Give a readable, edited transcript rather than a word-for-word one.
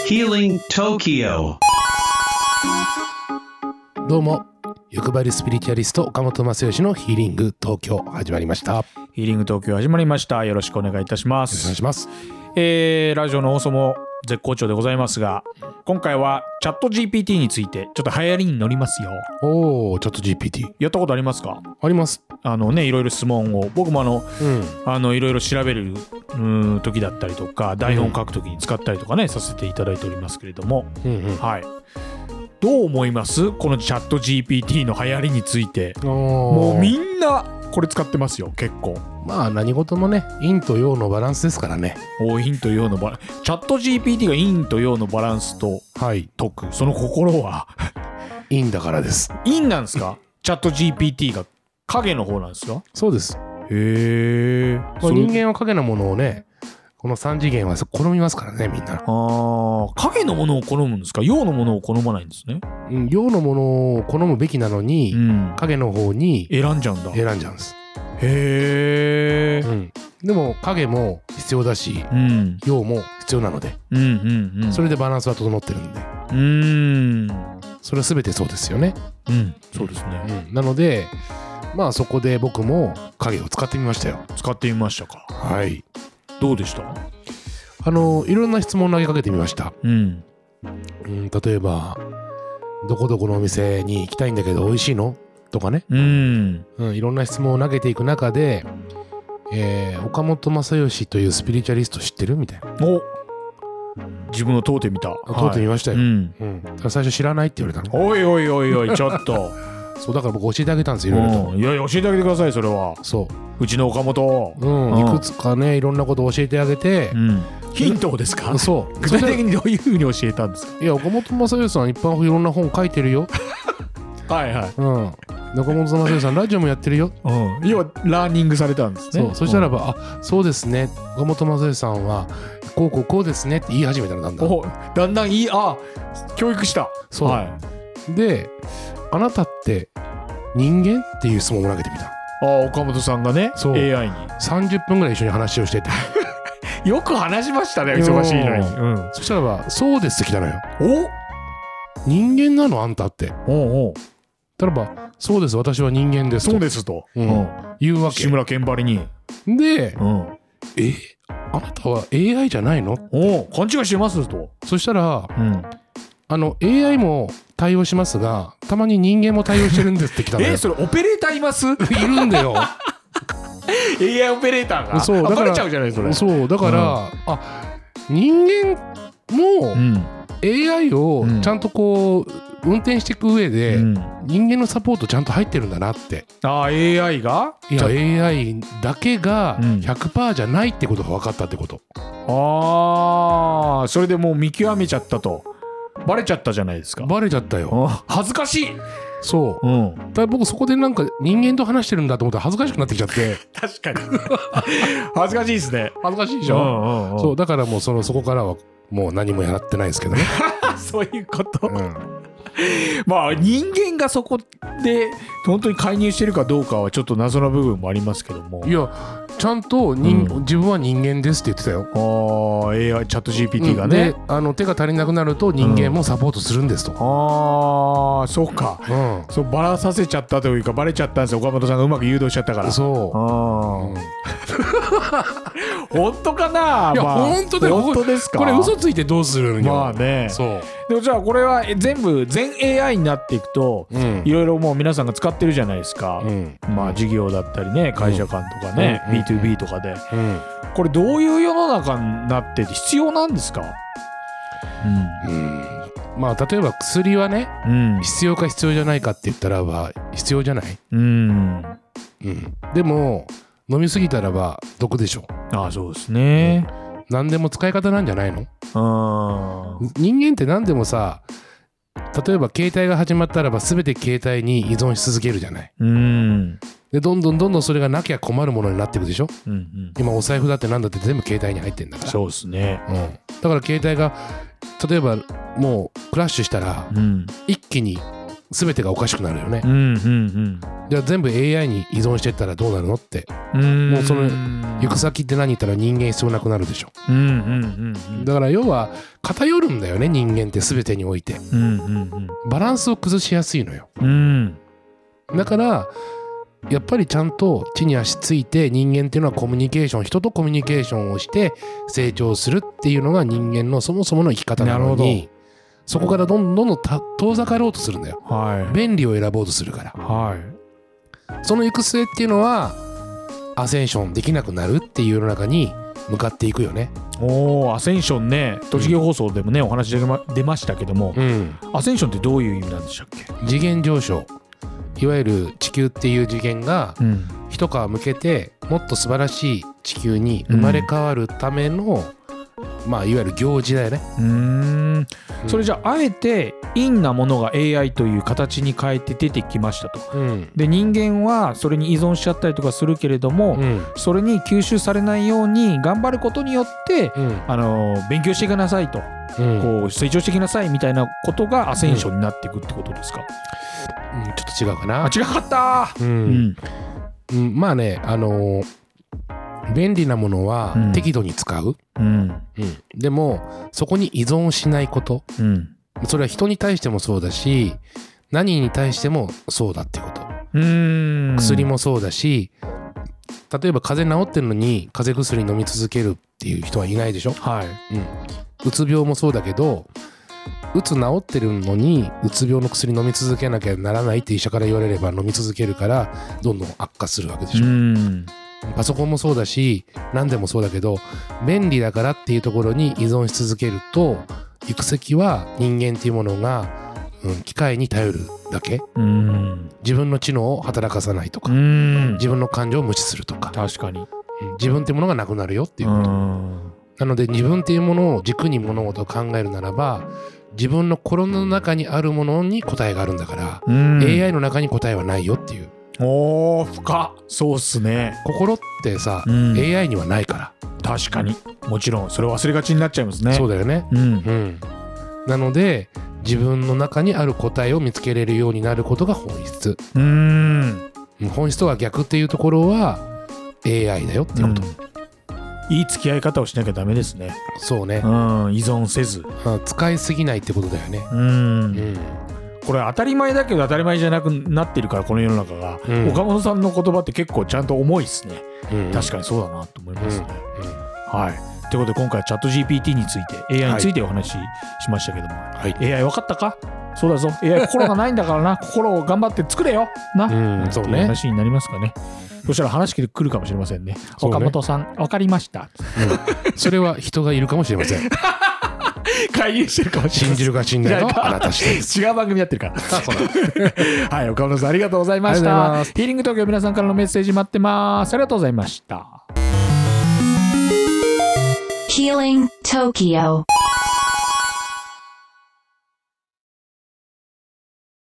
Healing Tokyo. どうも、欲張りスピリチュアリスト岡本正義のヒーリング東京始まりました。 ヒーリング東京始まりました。よろしくお願いいたします。 お願いします。 ラジオの放送も絶好調でございますが、今回はチャット GPT についてちょっと流行りに乗りますよ。 おー、チャット GPT やったことありますか？ あります。 いろいろ質問を僕もいろいろ調べる時だったりとか台本書く時に使ったりとかね、させていただいておりますけれども、はい、どう思います？このチャット GPT の流行りについて。もうみんなこれ使ってますよ、結構。 まあ何事もね、陰と陽のバランスですからね。 陰と陽のバランス。チャット GPT が陰と陽のバランスと解く、その心は陰だからです。 陰なんですか？チャット GPT が影の方なんですか？ そうです。 へー。 人間は影のものをね、この3次元は好みますからね、みんな。 影のものを好むんですか？陽のものを好まないんですね。 陽のものを好むべきなのに、影の方に選んじゃうんです。 へー。 でも影も必要だし、陽も必要なので、それでバランスは整ってるんで、それは全てそうですよね。 そうですね。 なのでまあそこで僕も影を使ってみましたよ。 使ってみましたか？ はい。 どうでした？ いろんな質問を投げかけてみました。例えばどこどこのお店に行きたいんだけど美味しいの？とかね。いろんな質問を投げていく中で、岡本正義というスピリチュアリスト知ってる？みたいな。 自分を問うてみた。 問うてみましたよ。最初知らないって言われたの。 おいおいおいおい、ちょっとそうだから僕教えてあげたんですよ、いろいろと。 いや教えてあげてください、それは。うちの岡本、 いくつかね、いろんなことを教えてあげて、 ヒントをですか？ そう。 具体的にどういうふうに教えたんですか？ いや、岡本正義さんいっぱいいろんな本書いてるよ。 はいはい。 岡本正義さんラジオもやってるよ。 要はラーニングされたんですね。 そしたらば、そうですね、岡本正義さんはこうですねって言い始めたの。だんだん教育した。 そう、で、あなたって人間っていう質問を投げてみた。 岡本さんがね、AI に 30分ぐらい一緒に話をしててよく話しましたね、忙しいのに。 そしたらば、そうですって来たのよ。人間なのあんたって。たらば、そうです、私は人間ですと。 そうですと言うわけ。 志村けんばりに。 で、あなたは AI じゃないの？ 勘違いしてますと。 そしたら、AI も対応しますが、たまに人間も対応してるんですって来たのよ。 それオペレーターいます？いるんだよ。 AI オペレーターが。 そう、だからバレちゃうじゃないそれ。 そう、だから、人間も AI をちゃんとこう運転していく上で、人間のサポートちゃんと入ってるんだなって。 AI が？ いや、AI だけが 100% じゃないってことが分かったってこと。 それでもう見極めちゃったと。バレちゃったじゃないですか。 バレちゃったよ。 恥ずかしい。 そう。だから僕そこでなんか人間と話してるんだと思ったら恥ずかしくなってきちゃって。 確かに。恥ずかしいですね。 恥ずかしいでしょ。そう、だからもうそこからはもう何もやってないですけどね。 そういうこと。まあ人間がそこで本当に介入してるかどうかはちょっと謎の部分もありますけども。 いや、ちゃんと自分は人間ですって言ってたよ。 AI チャット GPT がね。 で、手が足りなくなると人間もサポートするんですと。 そうか。そうバラさせちゃったというかバレちゃったんですよ。岡本さんがうまく誘導しちゃったから。 そう。 本当かな？ いや、本当だよ。 本当ですか？ これ嘘ついてどうするんよ。 まあね。 そう。 でもじゃあこれは全 AI になっていくと、いろいろもう皆さんが使ってるじゃないですか。まあ事業だったりね、会社間とかね、B2B とかで、これどういう世の中になってて必要なんですか？ まあ例えば薬はね、必要か必要じゃないかって言ったらば必要じゃない。でも飲みすぎたらば毒でしょ。 そうですね。 何でも使い方なんじゃないの？人間って何でもさ、例えば携帯が始まったらば全て携帯に依存し続けるじゃない。でどんどんそれがなきゃ困るものになっていくでしょ。今お財布だってなんだって全部携帯に入ってんだから。 そうですね。 だから携帯が例えばもうクラッシュしたら、一気に全てがおかしくなるよね。 うんうんうん、 じゃあ全部 AI に依存してったらどうなるのって。もうその行く先って何言ったら人間必要なくなるでしょ。うんうんうんうん、だから要は偏るんだよね、人間って全てにおいて、うんうんうん、バランスを崩しやすいのよ、うん、だからやっぱりちゃんと地に足ついて、人間っていうのはコミュニケーション、人とコミュニケーションをして成長するっていうのが人間のそもそもの生き方なのに、そこからどんどん遠ざかろうとするんだよ、はい、便利を選ぼうとするから、はい、その行く末っていうのはアセンションできなくなるっていう世の中に向かっていくよね。 アセンションね、栃木放送でもね、お話出ましたけども、アセンションってどういう意味なんでしたっけ？ 次元上昇、いわゆる地球っていう次元が一皮むけてもっと素晴らしい地球に生まれ変わるための、まあいわゆる行事だよね。 それじゃあえて陰なものが AI という形に変えて出てきましたと、で人間はそれに依存しちゃったりとかするけれども、それに吸収されないように頑張ることによって、勉強していかなさいと、こう成長していきなさいみたいなことがアセンションになっていくってことですか？ ちょっと違うかな。 違かった、 まあね、便利なものは適度に使う、でもそこに依存しないこと、それは人に対してもそうだし、何に対してもそうだっていうこと。薬もそうだし、例えば風邪治ってるのに風邪薬飲み続けるっていう人はいないでしょ、はい、うつ病もそうだけど、うつ治ってるのにうつ病の薬飲み続けなきゃならないって医者から言われれば飲み続けるからどんどん悪化するわけでしょ。パソコンもそうだし何でもそうだけど、便利だからっていうところに依存し続けると、行く先は人間っていうものが、機械に頼るだけ、自分の知能を働かさないとか、自分の感情を無視するとか、 確かに、 自分っていうものがなくなるよっていうことなので、自分っていうものを軸に物事を考えるならば、自分の心の中にあるものに答えがあるんだから、AI の中に答えはないよっていう。 深っ。そうっすね。 心ってさ、AI にはないから。 確かに、もちろんそれ忘れがちになっちゃいますね。 そうだよね、なので自分の中にある答えを見つけれるようになることが本質。本質とは逆っていうところは AI だよっていうこと、 いい付き合い方をしなきゃダメですね。 そうね、依存せず、 使いすぎないってことだよね。 これ当たり前だけど当たり前じゃなくなってるから、この世の中が、岡本さんの言葉って結構ちゃんと重いですね、確かにそうだなと思いますね、はい。ということで今回はチャット GPT について AI についてお話ししましたけども、AI 分かったか？そうだぞ、 AI 心がないんだからな心を頑張って作れよな、そうね、話になりますかね。そしたら話来るかもしれませんね。岡本さん分かりました、 それは人がいるかもしれません。 介入してるかもしれない。 信じるか信じないかあなた次第。違う番組やってるから。はい、岡本さんありがとうございました。ヒーリング東京、皆さんからのメッセージ待ってます。ありがとうございました。 Healing Tokyo